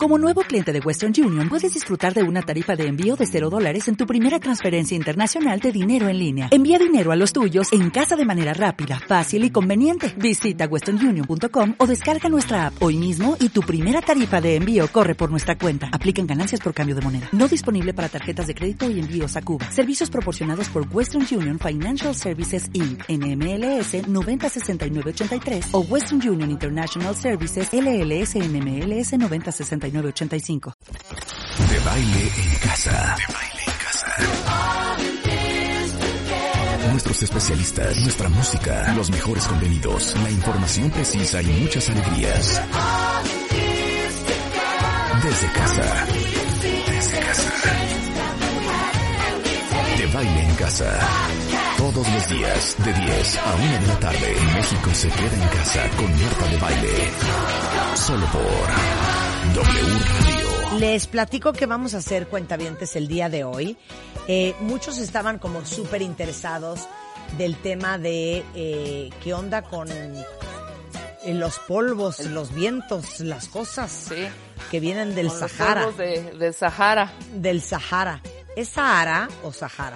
Como nuevo cliente de Western Union, puedes disfrutar de una tarifa de envío de $0 en tu primera transferencia internacional de dinero en línea. Envía dinero a los tuyos en casa de manera rápida, fácil y conveniente. Visita westernunion.com o descarga nuestra app hoy mismo y tu primera tarifa de envío corre por nuestra cuenta. Aplican ganancias por cambio de moneda. No disponible para tarjetas de crédito y envíos a Cuba. Servicios proporcionados por Western Union Financial Services Inc. NMLS 906983 o Western Union International Services LLS NMLS 906985. De baile en casa. De baile en casa. Nuestros especialistas, nuestra música, los mejores contenidos, la información precisa y muchas alegrías. Desde casa. Desde casa. De baile en casa. Todos los días, de 10 a 1 de la tarde, México se queda en casa con Marta de Baile. Solo por W Radio. Les platico qué vamos a hacer, cuentavientes, el día de hoy. Muchos estaban como súper interesados del tema de qué onda con los polvos, los vientos, las cosas que vienen del Sahara. Los polvos del Sahara. Del Sahara. ¿Es Sahara o Sahara?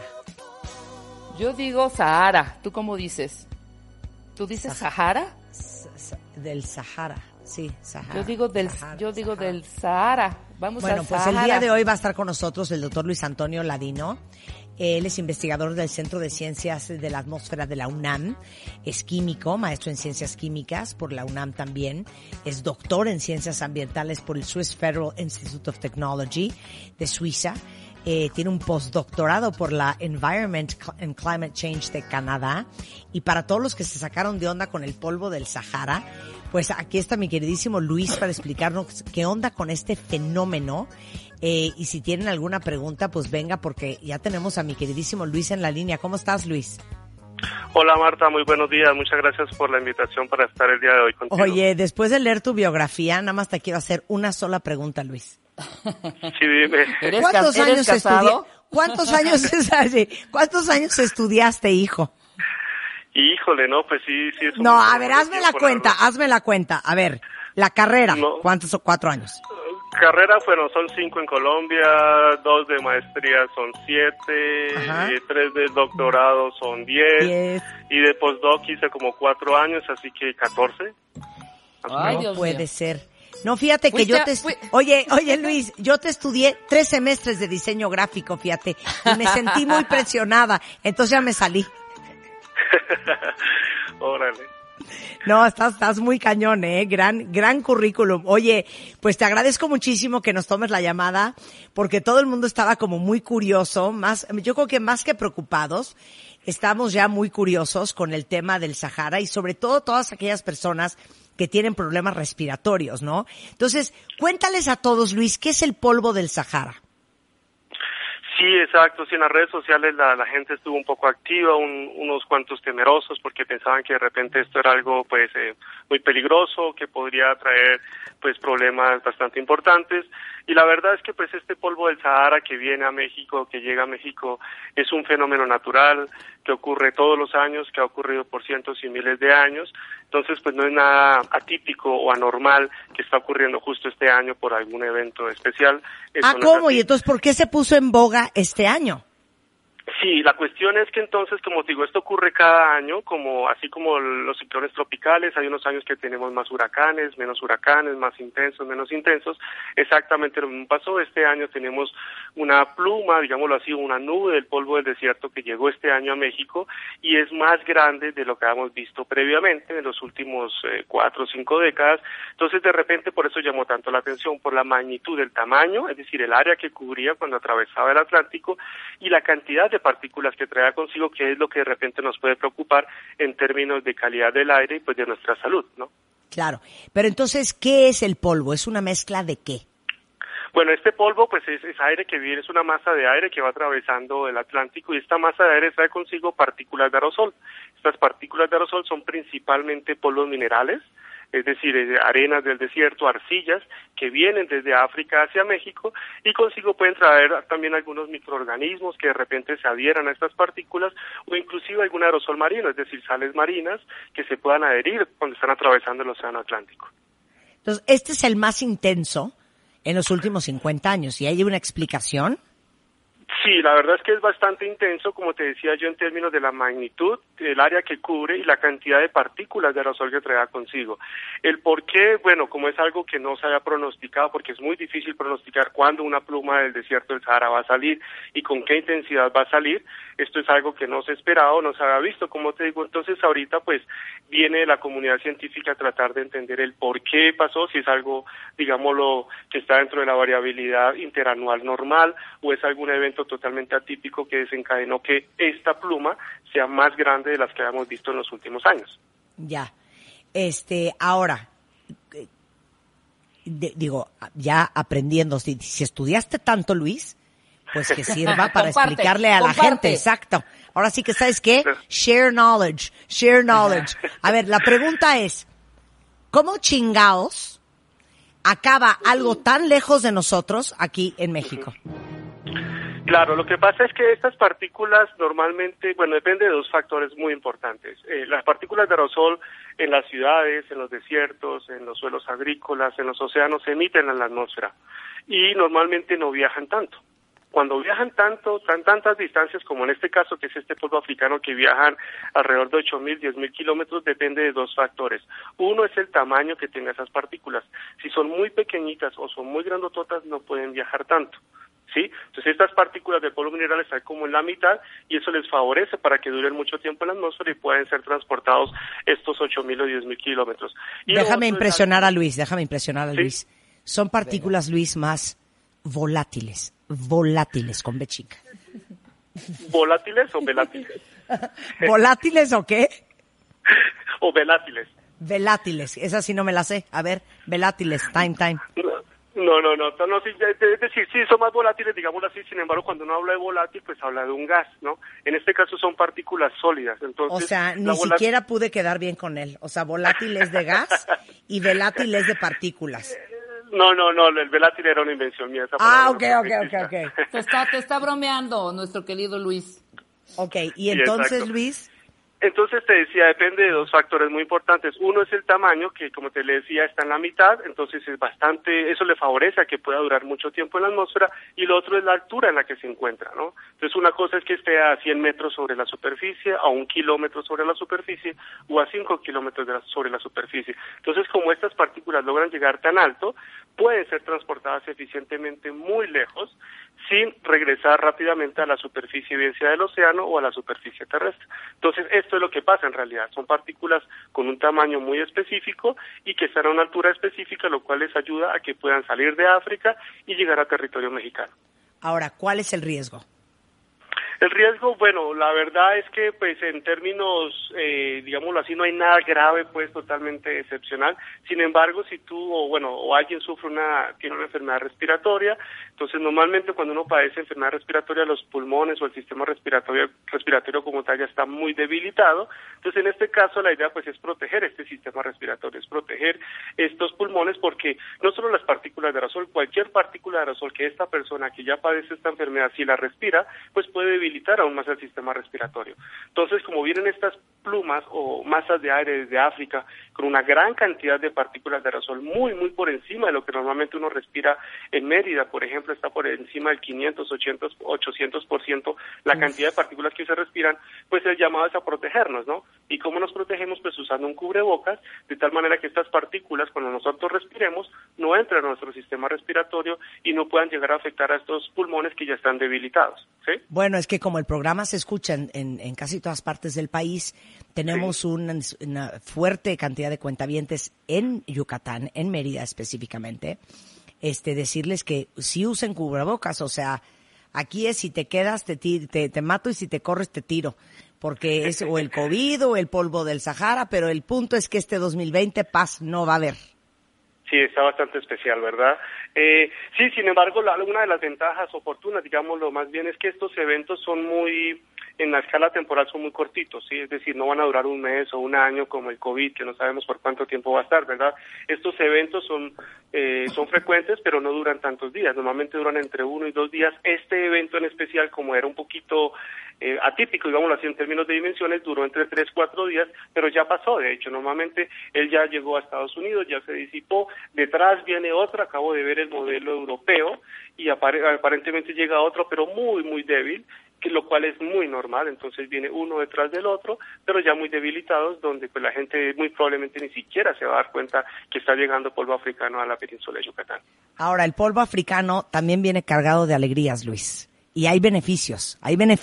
Yo digo Sahara. ¿Tú cómo dices? ¿Tú dices Sahara? Del Sahara. Sí, Sahara. Yo digo del Sahara. Vamos a Sahara. Bueno, pues el día de hoy va a estar con nosotros el doctor Luis Antonio Ladino. Él es investigador del Centro de Ciencias de la Atmósfera de la UNAM. Es químico, maestro en Ciencias Químicas por la UNAM también. Es doctor en Ciencias Ambientales por el Swiss Federal Institute of Technology de Suiza. Tiene un postdoctorado por la Environment and Climate Change de Canadá. Y para todos los que se sacaron de onda con el polvo del Sahara, pues aquí está mi queridísimo Luis para explicarnos qué onda con este fenómeno. Y si tienen alguna pregunta, pues venga, porque ya tenemos a mi queridísimo Luis en la línea. ¿Cómo estás, Luis? Hola, Marta, muy buenos días. Muchas gracias por la invitación para estar el día de hoy contigo. Oye, después de leer tu biografía, nada más te quiero hacer una sola pregunta, Luis. Sí, dime. ¿Cuántos años casado? ¿Cuántos años estudiaste, hijo? Híjole, no, pues sí es un... No, a ver, hazme la cuenta. A ver, la carrera, no. ¿Cuántos son 4 años? Carrera, bueno, son 5 en Colombia, 2 de maestría son 7, 3 de doctorado son 10, y de postdoc hice como 4 años, así que 14. Ay, no puede ser. No, fíjate que Oye, Luis, yo te estudié 3 semestres de diseño gráfico, fíjate, y me sentí muy presionada, entonces ya me salí. Órale. No, estás muy cañón, gran currículum. Oye, pues te agradezco muchísimo que nos tomes la llamada, porque todo el mundo estaba como muy curioso, yo creo que más que preocupados, estamos ya muy curiosos con el tema del Sahara y sobre todo todas aquellas personas que tienen problemas respiratorios, ¿no? Entonces, cuéntales a todos, Luis, ¿qué es el polvo del Sahara? Sí, exacto. Sí, en las redes sociales la gente estuvo un poco activa, unos cuantos temerosos porque pensaban que de repente esto era algo pues muy peligroso, que podría traer pues problemas bastante importantes. Y la verdad es que pues este polvo del Sahara que viene a México, que llega a México, es un fenómeno natural que ocurre todos los años, que ha ocurrido por cientos y miles de años. Entonces pues no es nada atípico o anormal que está ocurriendo justo este año por algún evento especial. ¿Cómo? ¿Y entonces por qué se puso en boga este año? Sí, la cuestión es que entonces, como te digo, esto ocurre cada año, así como los ciclones tropicales, hay unos años que tenemos más huracanes, más intensos, menos intensos, exactamente lo mismo pasó. Este año tenemos una pluma, digámoslo así, una nube del polvo del desierto que llegó este año a México y es más grande de lo que habíamos visto previamente en los últimos 4 o 5 décadas. Entonces, de repente, por eso llamó tanto la atención, por la magnitud del tamaño, es decir, el área que cubría cuando atravesaba el Atlántico y la cantidad de partículas que traía consigo, que es lo que de repente nos puede preocupar en términos de calidad del aire y pues de nuestra salud, ¿no? Claro, pero entonces, ¿qué es el polvo? ¿Es una mezcla de qué? Bueno, este polvo pues es aire que viene, es una masa de aire que va atravesando el Atlántico y esta masa de aire trae consigo partículas de aerosol. Estas partículas de aerosol son principalmente polvos minerales, es decir, arenas del desierto, arcillas, que vienen desde África hacia México y consigo pueden traer también algunos microorganismos que de repente se adhieran a estas partículas o inclusive algún aerosol marino, es decir, sales marinas que se puedan adherir cuando están atravesando el Océano Atlántico. Entonces, este es el más intenso en los últimos 50 años. ¿Y hay una explicación? Sí, la verdad es que es bastante intenso, como te decía yo, en términos de la magnitud, el área que cubre y la cantidad de partículas de aerosol que trae consigo. El por qué, bueno, como es algo que no se había pronosticado, porque es muy difícil pronosticar cuándo una pluma del desierto del Sahara va a salir y con qué intensidad va a salir, esto es algo que no se esperaba o no se había visto, como te digo. Entonces ahorita pues viene la comunidad científica a tratar de entender el por qué pasó, si es algo, digámoslo, que está dentro de la variabilidad interanual normal o es algún evento totalmente atípico que desencadenó que esta pluma sea más grande de las que habíamos visto en los últimos años. Ya. Ahora, digo, ya aprendiendo, si estudiaste tanto, Luis, pues que sirva para explicarle a la gente, exacto. Ahora sí que, ¿sabes qué? Share knowledge. A ver, la pregunta es, ¿cómo chingaos acaba algo tan lejos de nosotros aquí en México? Claro, lo que pasa es que estas partículas normalmente, bueno, depende de dos factores muy importantes. Las partículas de aerosol en las ciudades, en los desiertos, en los suelos agrícolas, en los océanos, se emiten en la atmósfera y normalmente no viajan tanto. Cuando viajan tantas distancias como en este caso, que es este polvo africano, que viajan alrededor de 8.000, 10.000 kilómetros, depende de dos factores. Uno es el tamaño que tenga esas partículas. Si son muy pequeñitas o son muy grandototas, no pueden viajar tanto. ¿Sí? Entonces estas partículas de polvo mineral están como en la mitad y eso les favorece para que duren mucho tiempo en la atmósfera y puedan ser transportados estos 8.000 o 10.000 kilómetros. Déjame impresionar a Luis. ¿Sí? Son partículas, Luis, más volátiles con B chica. ¿Volátiles o velátiles? ¿Volátiles o qué? O velátiles. Velátiles, esa sí no me la sé. A ver, velátiles, time. No, sí, es decir, sí, son más volátiles, digámoslo así. Sin embargo, cuando uno habla de volátil, pues habla de un gas, ¿no? En este caso son partículas sólidas, entonces... O sea, ni siquiera pude quedar bien con él. O sea, volátil es de gas y velátil es de partículas. No, el velátil era una invención mía. Ok. Te está bromeando nuestro querido Luis. Ok, y entonces, exacto. Luis... Entonces te decía, depende de dos factores muy importantes. Uno es el tamaño, que como te le decía está en la mitad, entonces es bastante, eso le favorece a que pueda durar mucho tiempo en la atmósfera, y lo otro es la altura en la que se encuentra, ¿no? Entonces una cosa es que esté a 100 metros sobre la superficie, a 1 kilómetro sobre la superficie, o a 5 kilómetros sobre la superficie. Entonces, como estas partículas logran llegar tan alto, pueden ser transportadas eficientemente muy lejos, sin regresar rápidamente a la superficie, bien sea del océano o a la superficie terrestre. Entonces, esto es lo que pasa en realidad. Son partículas con un tamaño muy específico y que están a una altura específica, lo cual les ayuda a que puedan salir de África y llegar a territorio mexicano. Ahora, ¿cuál es el riesgo? El riesgo, bueno, la verdad es que pues en términos, digámoslo así, no hay nada grave, pues totalmente excepcional. Sin embargo, si tú o alguien tiene una enfermedad respiratoria, entonces normalmente cuando uno padece enfermedad respiratoria, los pulmones o el sistema respiratorio como tal ya está muy debilitado. Entonces en este caso la idea pues es proteger este sistema respiratorio, es proteger estos pulmones, porque no solo las partículas de aerosol, cualquier partícula de aerosol que esta persona que ya padece esta enfermedad, si la respira, pues puede debilitar aún más el sistema respiratorio. Entonces, como vienen estas plumas o masas de aire desde África con una gran cantidad de partículas de aerosol muy por encima de lo que normalmente uno respira en Mérida, por ejemplo, está por encima del 500, 800% la cantidad de partículas que se respiran, pues el llamado es a protegernos, ¿no? ¿Y cómo nos protegemos? Pues usando un cubrebocas, de tal manera que estas partículas, cuando nosotros respiremos, no entren a nuestro sistema respiratorio y no puedan llegar a afectar a estos pulmones que ya están debilitados, ¿sí? Bueno, es que como el programa se escucha en casi todas partes del país, tenemos una fuerte cantidad de cuentavientes en Yucatán, en Mérida específicamente, decirles que sí usen cubrebocas, o sea, aquí es si te quedas te mato y si te corres te tiro, porque es o el COVID o el polvo del Sahara, pero el punto es que este 2020 paz no va a haber. Sí, está bastante especial, ¿verdad? Sí, sin embargo, una de las ventajas oportunas, digámoslo más bien, es que estos eventos son en la escala temporal son muy cortitos, ¿sí? Es decir, no van a durar un mes o un año como el COVID, que no sabemos por cuánto tiempo va a estar, ¿verdad? Estos eventos son frecuentes, pero no duran tantos días, normalmente duran entre 1 y 2 días. Este evento en especial, como era un poquito atípico, digámoslo así, en términos de dimensiones, duró entre 3-4 días, pero ya pasó, de hecho, normalmente él ya llegó a Estados Unidos, ya se disipó, detrás viene otro, acabo de ver el modelo europeo, y aparentemente llega otro, pero muy, muy débil, lo cual es muy normal. Entonces viene uno detrás del otro, pero ya muy debilitados, donde pues la gente muy probablemente ni siquiera se va a dar cuenta que está llegando polvo africano a la península de Yucatán. Ahora, el polvo africano también viene cargado de alegrías, Luis, y hay beneficios.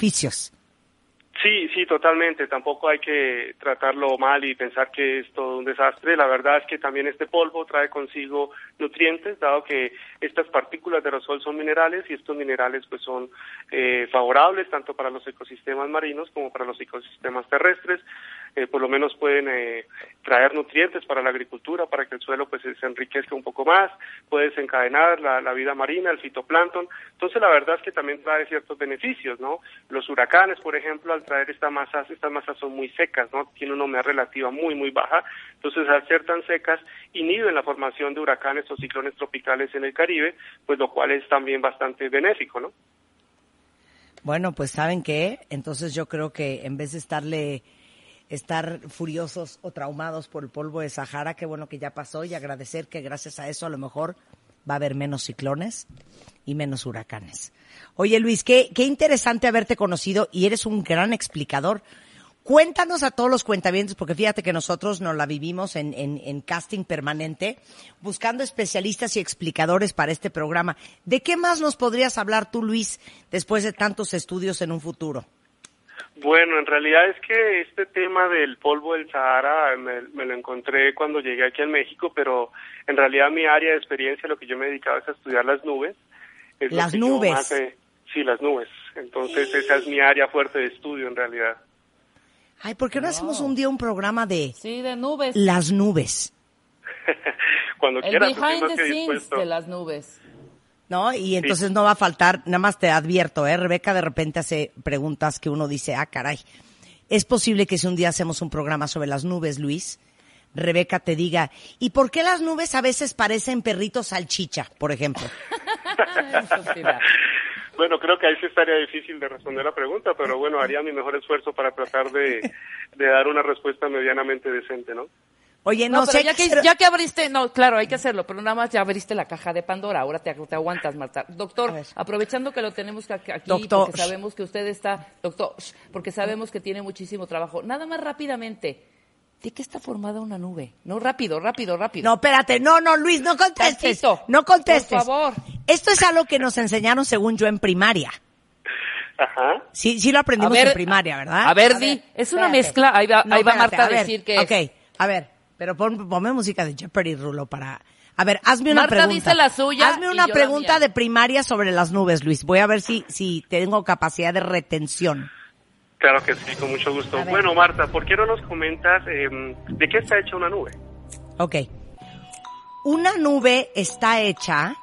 Sí, totalmente. Tampoco hay que tratarlo mal y pensar que es todo un desastre. La verdad es que también este polvo trae consigo nutrientes, dado que estas partículas de aerosol son minerales, y estos minerales pues son favorables tanto para los ecosistemas marinos como para los ecosistemas terrestres. Por lo menos pueden traer nutrientes para la agricultura, para que el suelo pues se enriquezca un poco más, puede desencadenar la vida marina, el fitoplancton. Entonces la verdad es que también trae ciertos beneficios, ¿no? Los huracanes, por ejemplo, al traer estas masas son muy secas, ¿no? Tienen una humedad relativa muy, muy baja. Entonces, al ser tan secas, inhiben la formación de huracanes o ciclones tropicales en el Caribe, pues lo cual es también bastante benéfico, ¿no? Bueno, pues ¿saben qué? Entonces yo creo que en vez de estar furiosos o traumados por el polvo de Sahara, qué bueno que ya pasó, y agradecer que gracias a eso a lo mejor va a haber menos ciclones y menos huracanes. Oye, Luis, qué interesante haberte conocido, y eres un gran explicador. Cuéntanos a todos los cuentavientes, porque fíjate que nosotros nos la vivimos en casting permanente, buscando especialistas y explicadores para este programa. ¿De qué más nos podrías hablar tú, Luis, después de tantos estudios en un futuro? Bueno, en realidad es que este tema del polvo del Sahara me lo encontré cuando llegué aquí a México, pero en realidad mi área de experiencia, lo que yo me dedicaba es a estudiar las nubes. ¿Las nubes? Sí, las nubes. Entonces esa es mi área fuerte de estudio en realidad. Ay, ¿por qué no hacemos un día un programa de nubes? Las nubes. Cuando quieras. El behind the scenes de las nubes. ¿No? Y entonces no va a faltar, nada más te advierto, Rebeca de repente hace preguntas que uno dice, caray, es posible que si un día hacemos un programa sobre las nubes, Luis, Rebeca te diga, ¿y por qué las nubes a veces parecen perritos salchicha, por ejemplo? Bueno, creo que ahí sí estaría difícil de responder la pregunta, pero bueno, haría mi mejor esfuerzo para tratar de dar una respuesta medianamente decente, ¿no? Oye, ya que abriste, claro, hay que hacerlo, pero nada más ya abriste la caja de Pandora, ahora te aguantas, Marta. Doctor, aprovechando que lo tenemos aquí, doctor, porque sabemos que usted está, porque sabemos que tiene muchísimo trabajo, nada más rápidamente, ¿de qué está formada una nube? No, rápido. No, espérate, no, Luis, no contestes. Tantito, no contestes. Por favor. Esto es algo que nos enseñaron, según yo, en primaria. Ajá. Sí lo aprendimos en primaria, ¿verdad? A ver, es una mezcla, ahí va Marta a decir que es. A ver, pero ponme música de Jeopardy, Rulo, para... A ver, hazme una pregunta. Marta dice la suya. Hazme una pregunta de primaria sobre las nubes, Luis. Voy a ver si tengo capacidad de retención. Claro que sí, con mucho gusto. Bueno, Marta, ¿por qué no nos comentas de qué está hecha una nube? Ok. Una nube está hecha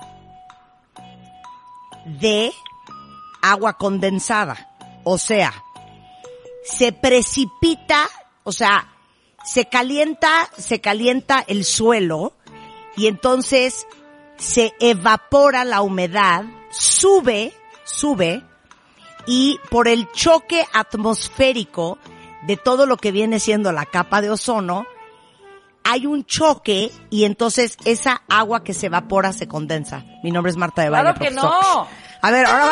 de agua condensada. O sea, se precipita, se calienta el suelo y entonces se evapora la humedad, sube y por el choque atmosférico de todo lo que viene siendo la capa de ozono, hay un choque y entonces esa agua que se evapora se condensa. Mi nombre es Marta de Baile, ¡Claro que profesor. no! A ver, ahora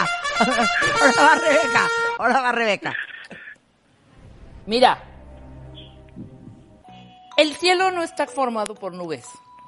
va Rebeca. Mira, el cielo no está formado por nubes.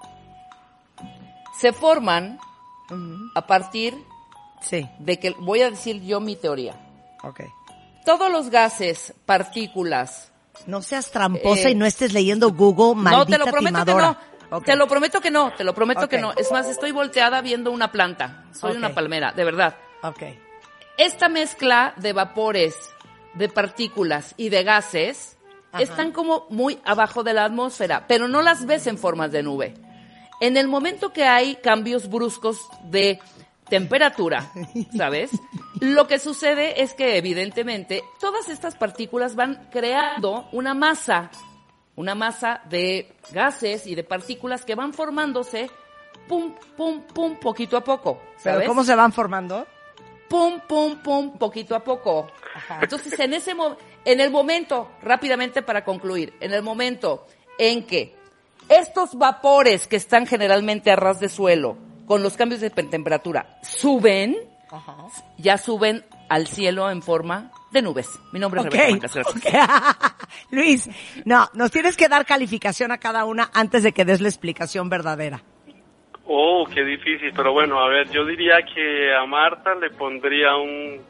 Se forman a partir de que, voy a decir yo mi teoría. Okay. Todos los gases, partículas. No seas tramposa y no estés leyendo Google, maldita timadora. No, te lo prometo que no. Que no. Es más, estoy volteada viendo una planta. Soy una palmera, de verdad. Okay. Esta mezcla de vapores, de partículas y de gases están como muy abajo de la atmósfera, pero no las ves en formas de nube. En el momento que hay cambios bruscos de temperatura, ¿sabes? Lo que sucede es que evidentemente todas estas partículas van creando una masa de gases y de partículas que van formándose pum, pum, pum, poquito a poco, ¿sabes? ¿Pero cómo se van formando? Pum, pum, pum, poquito a poco. Ajá. Entonces, en el momento, rápidamente para concluir, en el momento en que estos vapores que están generalmente a ras de suelo, con los cambios de temperatura, suben, ya suben al cielo en forma de nubes. Mi nombre es Rebeca Mangas. Luis, no, nos tienes que dar calificación a cada una antes de que des la explicación verdadera. Oh, qué difícil, pero bueno, a ver, yo diría que a Marta le pondría un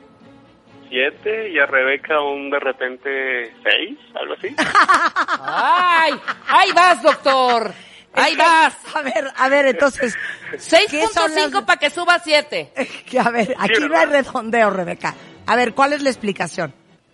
7 y a Rebeca un de repente 6, algo así. ¡Ay! ¡Ahí vas, doctor! ¡Ahí vas! A ver, entonces... 6.5 para que suba 7. A ver, aquí no hay redondeo, Rebeca. A ver, ¿cuál es la explicación?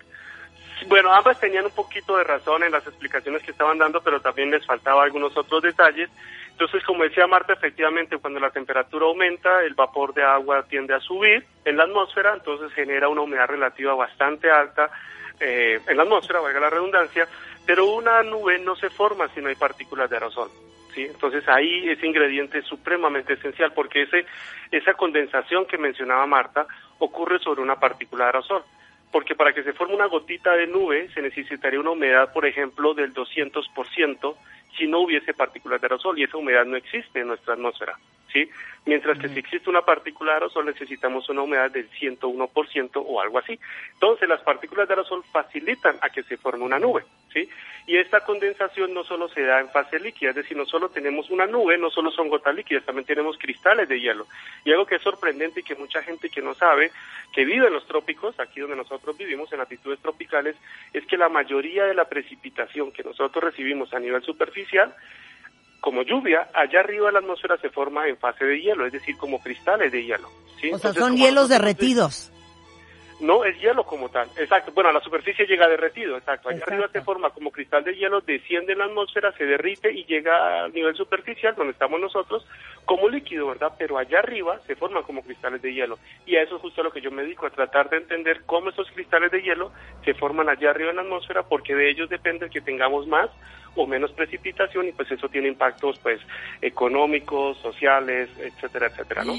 Bueno, ambas tenían un poquito de razón en las explicaciones que estaban dando, pero también les faltaba algunos otros detalles. Entonces, como decía Marta, efectivamente, cuando la temperatura aumenta, el vapor de agua tiende a subir en la atmósfera, entonces genera una humedad relativa bastante alta en la atmósfera, valga la redundancia, pero una nube no se forma si no hay partículas de aerosol, ¿sí? Entonces, ahí ese ingrediente es supremamente esencial, porque esa condensación que mencionaba Marta ocurre sobre una partícula de aerosol. Porque para que se forme una gotita de nube se necesitaría una humedad, por ejemplo, del 200% si no hubiese partículas de aerosol, y esa humedad no existe en nuestra atmósfera, ¿sí? Mientras que si existe una partícula de aerosol necesitamos una humedad del 101% o algo así. Entonces las partículas de aerosol facilitan a que se forme una nube, ¿sí? Y esta condensación no solo se da en fase líquida, es decir, no solo tenemos una nube, no solo son gotas líquidas, también tenemos cristales de hielo. Y algo que es sorprendente y que mucha gente que no sabe, que vive en los trópicos, aquí donde nosotros vivimos, en latitudes tropicales, es que la mayoría de la precipitación que nosotros recibimos a nivel superficial, como lluvia, allá arriba de la atmósfera se forma en fase de hielo, es decir, como cristales de hielo, ¿sí? O sea, Entonces, son hielos derretidos. No, es hielo como tal, exacto. Bueno, a la superficie llega derretido, exacto. Allá Exacto. arriba se forma como cristal de hielo, desciende en la atmósfera, se derrite y llega al nivel superficial, donde estamos nosotros, como líquido, ¿verdad? Pero allá arriba se forman como cristales de hielo. Y a eso es justo a lo que yo me dedico, a tratar de entender cómo esos cristales de hielo se forman allá arriba en la atmósfera, porque de ellos depende que tengamos más o menos precipitación, y pues eso tiene impactos, pues, económicos, sociales, etcétera, etcétera, ¿no?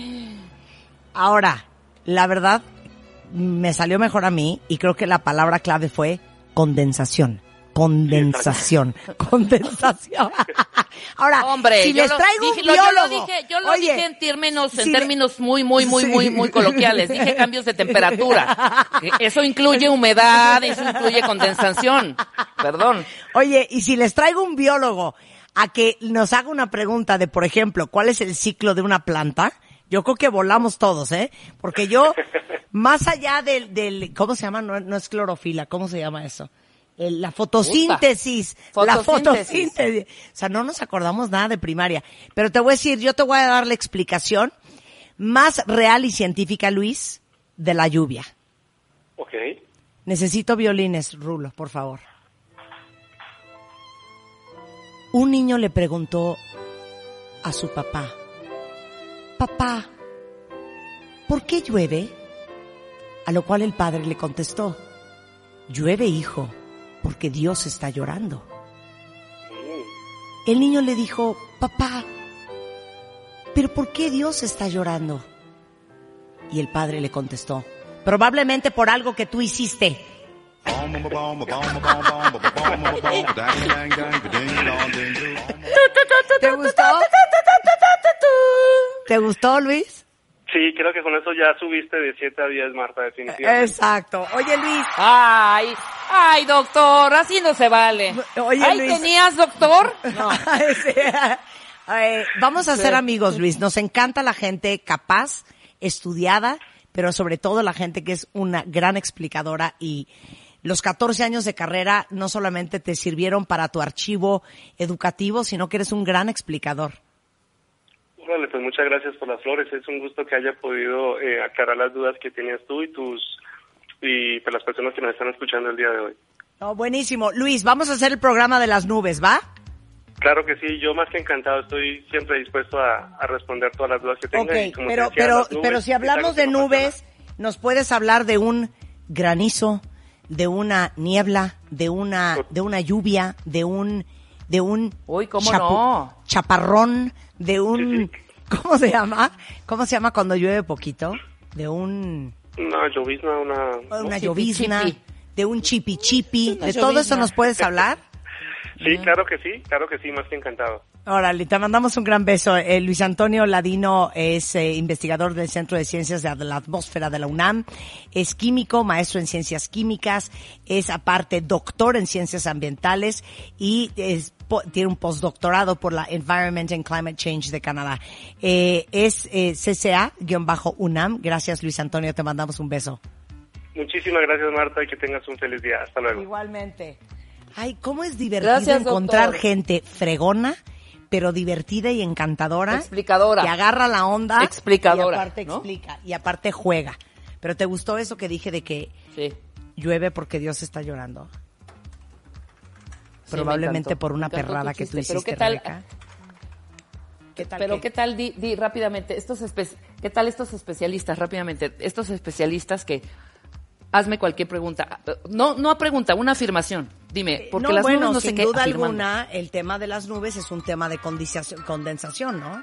Ahora, la verdad, me salió mejor a mí y creo que la palabra clave fue condensación. Condensación. Ahora, hombre, si les traigo un biólogo... Yo lo dije en términos muy coloquiales. Dije cambios de temperatura. Eso incluye humedad, eso incluye condensación. Perdón. Oye, y si les traigo un biólogo a que nos haga una pregunta de, por ejemplo, ¿cuál es el ciclo de una planta? Yo creo que volamos todos, ¿eh? Porque yo, más allá del ¿cómo se llama? No es clorofila, ¿cómo se llama eso? La fotosíntesis. La fotosíntesis. O sea, no nos acordamos nada de primaria. Pero te voy a decir, yo te voy a dar la explicación más real y científica, Luis, de la lluvia. Ok. Necesito violines, Rulo, por favor. Un niño le preguntó a su papá: papá, ¿por qué llueve? A lo cual el padre le contestó: llueve, hijo, porque Dios está llorando. El niño le dijo: papá, ¿pero por qué Dios está llorando? Y el padre le contestó: probablemente por algo que tú hiciste. ¿Te gustó? ¿Te gustó, Luis? Sí, creo que con eso ya subiste de 7 a 10, Marta, definitivamente. Exacto. Oye, Luis. Ay, doctor, así no se vale. Oye, ¿Ahí Luis. tenías, doctor? No. Sí. Vamos a ser amigos, Luis. Nos encanta la gente capaz, estudiada, pero sobre todo la gente que es una gran explicadora, y los 14 años de carrera no solamente te sirvieron para tu archivo educativo, sino que eres un gran explicador. Vale, pues muchas gracias por las flores. Es un gusto que haya podido aclarar las dudas que tenías tú y pues las personas que nos están escuchando el día de hoy. Oh, buenísimo. Luis, vamos a hacer el programa de las nubes, ¿va? Claro que sí, yo más que encantado, estoy siempre dispuesto a responder todas las dudas que tengan. Okay, y como te decía, las nubes, pero si hablamos de nubes, ¿nos puedes hablar de un granizo, de una niebla, de una lluvia, de un Uy, ¿cómo no? chaparrón, de un Sí. ¿cómo se llama? ¿Cómo se llama cuando llueve poquito? De una llovizna, una chipi, llovizna, chipi. de un chipi chipi, Una de todo eso llovizna. ¿nos puedes hablar? Sí, claro que sí, más que encantado. Órale, te mandamos un gran beso. Luis Antonio Ladino es investigador del Centro de Ciencias de la Atmósfera de la UNAM, es químico, maestro en ciencias químicas, es aparte doctor en ciencias ambientales y tiene un postdoctorado por la Environment and Climate Change de Canadá. Es CCA-UNAM. Gracias, Luis Antonio, te mandamos un beso. Muchísimas gracias, Marta, y que tengas un feliz día. Hasta luego. Igualmente. Ay, cómo es divertido Gracias, encontrar doctor. gente fregona, pero divertida y encantadora. Explicadora. Que agarra la onda. Explicadora, Y aparte ¿no? explica. Y aparte juega. Pero ¿te gustó eso que dije de que Sí. llueve porque Dios está llorando? Sí, Probablemente me encantó. por una Me encantó perrada tu que tú chiste, pero hiciste, ¿qué tal? Rebeca. ¿Qué tal? Pero ¿qué tal? Di rápidamente, ¿qué tal estos especialistas? Rápidamente, estos especialistas que... Hazme cualquier pregunta. No pregunta, una afirmación. Dime, porque las nubes no sé sin qué duda afirmando. alguna, el tema de las nubes es un tema de condensación, ¿no?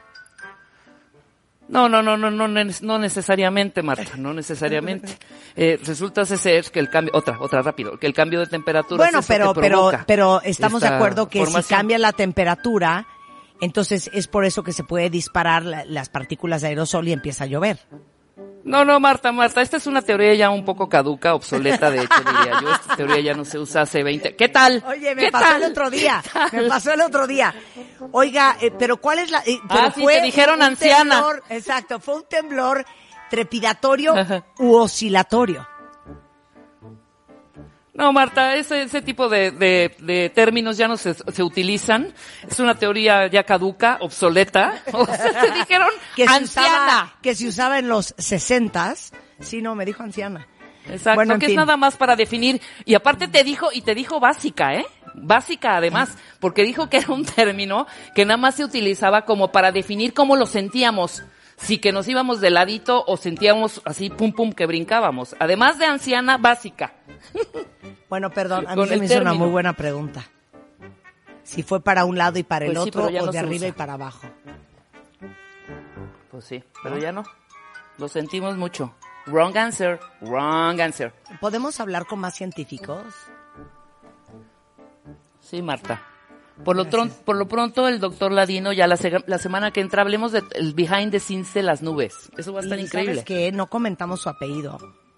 No necesariamente, Marta, no necesariamente. Resulta ser que el cambio, otra rápido, que el cambio de temperatura Bueno, es eso que provoca pero estamos de esta acuerdo que si formación. cambia la temperatura, entonces es por eso que se puede disparar las partículas de aerosol y empieza a llover. No, Marta, esta es una teoría ya un poco caduca, obsoleta, de hecho, diría yo. Esta teoría ya no se usa hace 20... ¿Qué tal? Oye, ¿Qué me pasó tal? el otro día. Me pasó el otro día. Oiga, pero ¿cuál es la...? Pero sí, te dijeron un anciana. temblor, exacto, fue un temblor trepidatorio Ajá. u oscilatorio. No, Marta, ese tipo de términos ya no se utilizan. Es una teoría ya caduca, obsoleta. O sea, te dijeron anciana. Que se usaba en los 60s. Sí, no, me dijo anciana. Exacto, Bueno, en que fin. es nada más para definir. Y aparte te dijo básica, ¿eh? Básica además, porque dijo que era un término que nada más se utilizaba como para definir cómo lo sentíamos. Si que nos íbamos de ladito o sentíamos así pum que brincábamos. Además de anciana, básica. Bueno, perdón, a mí Con se el me hizo una término. muy buena pregunta. Si fue para un lado y para el Pues sí, otro, pero ya o no de se arriba usa. y para abajo. Pues sí, pero ya no. Lo sentimos mucho. Wrong answer. ¿Podemos hablar con más científicos? Sí, Marta. Por lo pronto, el doctor Ladino, ya la semana que entra, hablemos del behind the scenes de las nubes. Eso va a estar increíble. ¿Sabes qué? No comentamos su apellido.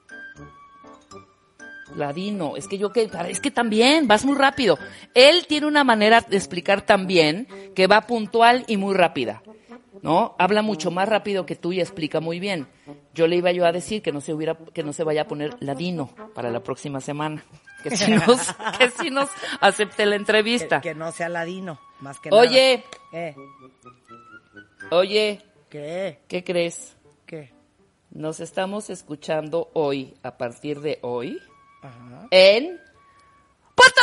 Ladino, es que también, vas muy rápido. Él tiene una manera de explicar también que va puntual y muy rápida, ¿no? Habla mucho más rápido que tú y explica muy bien. Yo le iba a decir que no se vaya a poner Ladino para la próxima semana. Que si nos acepte la entrevista. Que no sea ladino, más que Oye, nada. oye, ¿Qué? ¿qué crees? ¿Qué? Nos estamos escuchando hoy, a partir de hoy, Ajá. en Puerto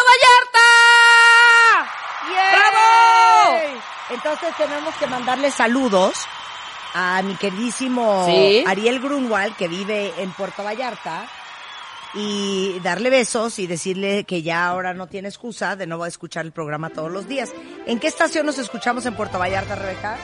Vallarta. ¡Bravo! Entonces tenemos que mandarle saludos a mi queridísimo Sí. Ariel Grunwald, que vive en Puerto Vallarta, y darle besos y decirle que ya ahora no tiene excusa de no va a escuchar el programa todos los días. ¿En qué estación nos escuchamos en Puerto Vallarta, Rebeca?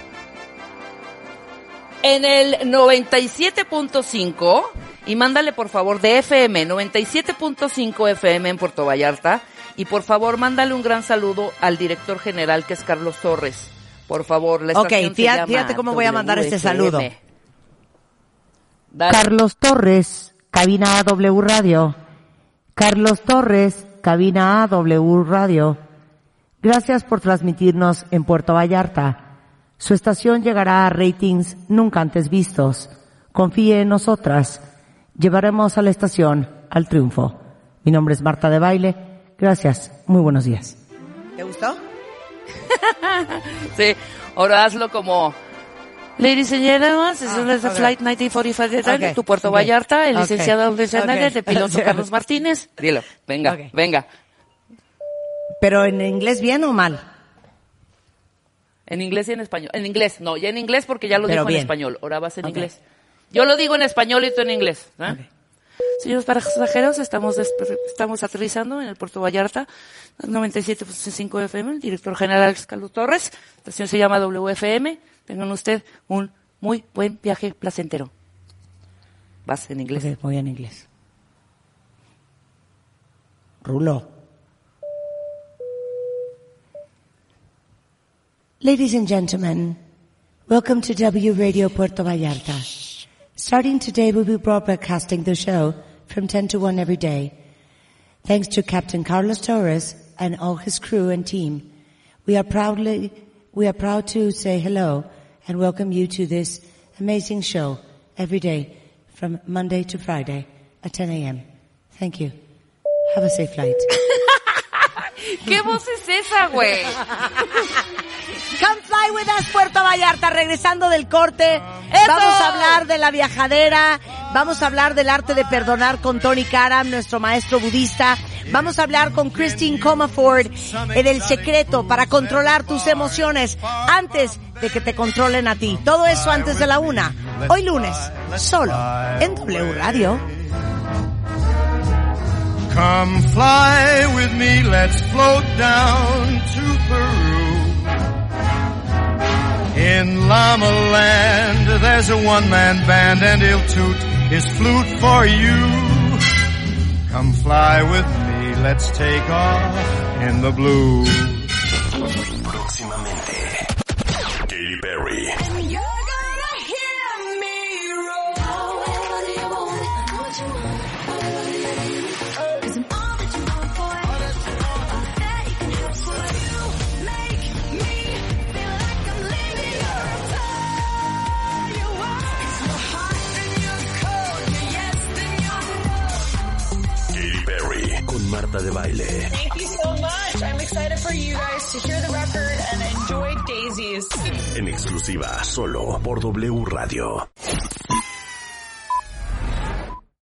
En el 97.5 y mándale por favor de FM, 97.5 FM en Puerto Vallarta, y por favor mándale un gran saludo al director general, que es Carlos Torres. Por favor, la estación se llama fíjate cómo voy a mandar este WFM. saludo. Dale. Carlos Torres, cabina AW Radio. Carlos Torres, cabina AW Radio. Gracias por transmitirnos en Puerto Vallarta. Su estación llegará a ratings nunca antes vistos. Confíe en nosotras. Llevaremos a la estación al triunfo. Mi nombre es Marta de Baile. Gracias. Muy buenos días. ¿Te gustó? Sí, ahora hazlo como... Ladies and gentlemen, this is the flight 1945 de Okay. tu Puerto Okay. Vallarta, el Okay. licenciado Luis Hernández, Okay. de piloto Carlos Martínez. Dilo, venga, Okay. venga. ¿Pero en inglés bien o mal? En inglés y en español. En inglés, no, ya en inglés porque ya lo Pero dijo bien. en español. Ahora vas en Ok. inglés. Yo lo digo en español y tú en inglés. ¿eh? Ok. Señores pasajeros, estamos aterrizando en el Puerto Vallarta, 97.5 FM, el director general es Carlos Torres, la estación se llama WFM, tengan usted un muy buen viaje placentero. Vas en inglés. Ok, voy en inglés. Rulo. Ladies and gentlemen, welcome to W Radio Puerto Vallarta. Starting today, we'll be broadcasting the show from 10 to 1 every day. Thanks to Captain Carlos Torres and all his crew and team, we are proud to say hello and welcome you to this amazing show every day from Monday to Friday at 10 a.m. Thank you. Have a safe flight. ¿Qué voz es esa, güey? Come fly with us, Puerto Vallarta. Regresando del corte, ¡eso! Vamos a hablar de la viajadera, vamos a hablar del arte de perdonar con Tony Karam, nuestro maestro budista. Vamos a hablar con Christine Comerford del secreto para controlar tus emociones antes de que te controlen a ti. Todo eso antes de la 1. Hoy lunes, solo en W Radio. Come fly with me, let's float down to Peru. In Llama Land, there's a one-man band and he'll toot his flute for you. Come fly with me, let's take off in the blue. Próximamente, Katy Perry. Marta de Baile. Thank you so much. I'm excited for you guys to hear the record and enjoy Daisies. En exclusiva, solo por W Radio.